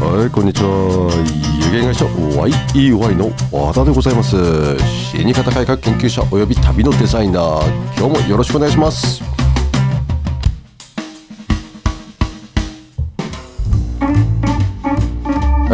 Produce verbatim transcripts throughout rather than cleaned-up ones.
はい、こんにちは。有限会社 ワイイーワイ の和田でございます。死に方改革研究者および旅のデザイナー、今日もよろしくお願いします。はい、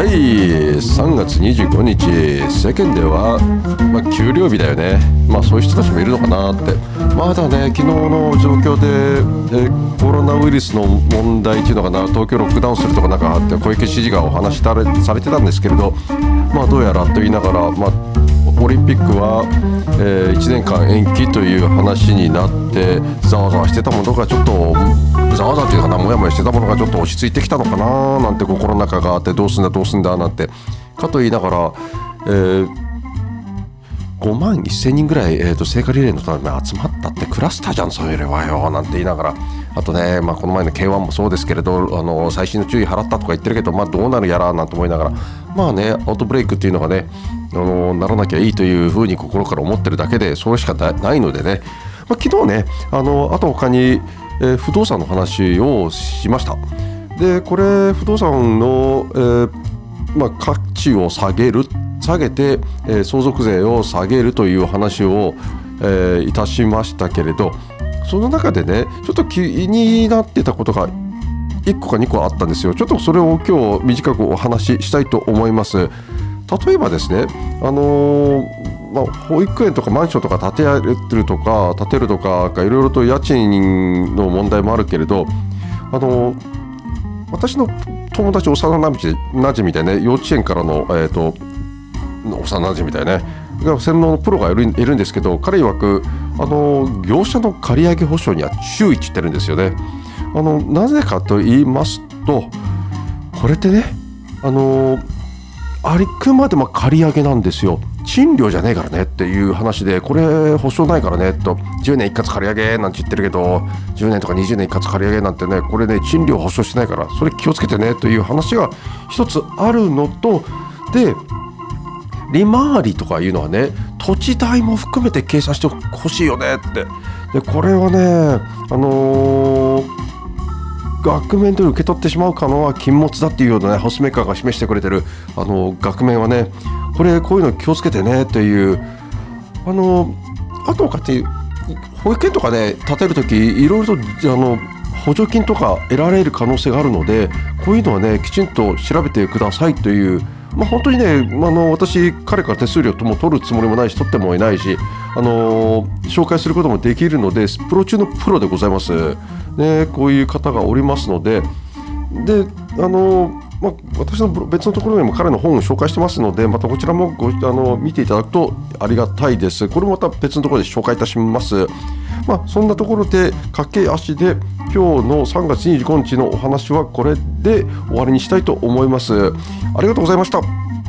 さんがつにじゅうごにち、世間では、まあ、給料日だよね。まあそういう人たちもいるのかなって。まだね、昨日の状況で、えコロナウイルスの問題っていうのかな、東京ロックダウンするとかなんかあって、小池知事がお話しされてたんですけれど、まあどうやらと言いながら、まあオリンピックは、えー、いちねんかん延期という話になってざわざわしてたものがちょっとざわざわというかな、もやもやしてたものがちょっと落ち着いてきたのかななんて心の中があって、どうすんだどうすんだなんてかと言いながら、えー、ごまんせんにんぐらい、えー、と聖火リレーのために集まったってクラスターじゃんそれはよなんて言いながら、あとね、まあ、この前の ケーワン もそうですけれど、あの細心の注意払ったとか言ってるけど、まあ、どうなるやらなんて思いながら、まあね、アウトブレイクっていうのがね、あのならなきゃいいというふうに心から思ってるだけで、それしかないのでね、まあ、昨日ね、あのあと他に、えー、不動産の話をしました。でこれ不動産の、えーまあ、価値を下げる下げて、えー、相続税を下げるという話を、えー、いたしましたけれど、その中でね、ちょっと気になってたことがいっこかにこあったんですよ。ちょっとそれを今日短くお話ししたいと思います。例えばですね、あのーまあ、保育園とかマンションとか建てるとか建てるとかいろいろと家賃の問題もあるけれど、あのー、私の友達幼なじみでね、幼稚園からの、えーと、幼なじみだよねが専門のプロがいる、いるんですけど、彼曰くあの業者の借り上げ保証には注意って言ってるんですよね。あのなぜかと言いますと、これってね、あのあくまでも借り上げなんですよ。賃料じゃねえからねっていう話で、これ保証ないからねと、じゅうねん一括借り上げなんて言ってるけど、じゅうねんとかにじゅうねん一括借り上げなんてね、これね賃料保証してないから、それ気をつけてねという話が一つあるのと、で利回りとかいうのはね、土地代も含めて計算してほしいよねって。でこれはね、あのー額面で受け取ってしまう可能は禁物だっていうようなね、ハウスメーカーが示してくれてるあの額面はね、これこういうの気をつけてねという、あのあとかって保育園とかね建てるときいろいろとあの補助金とか得られる可能性があるので、こういうのはねきちんと調べてくださいという、まあ、本当にね、あの私彼から手数料とも取るつもりもないし取ってもいないし、あの紹介することもできるので、プロ中のプロでございます、ね、こういう方がおりますので、であの、まあ、私の別のところにも彼の本を紹介してますので、またこちらもごあの見ていただくとありがたいです。これもまた別のところで紹介いたします。まあ、そんなところで駆け足で今日のさんがつにじゅうごにちのお話はこれで終わりにしたいと思います。ありがとうございました。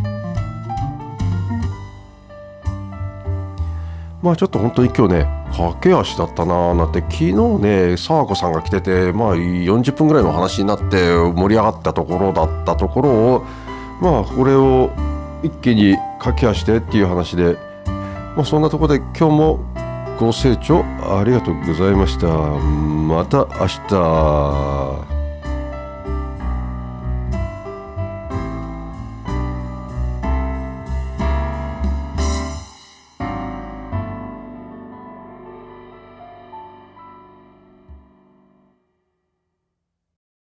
まあちょっと本当に今日ね駆け足だったなーなんて、昨日ね沢子さんが来てて、まあよんじゅっぷんぐらいの話になって盛り上がったところだったところを、まあこれを一気に駆け足でっていう話で、まあそんなところで今日もご清聴ありがとうございました。また明日。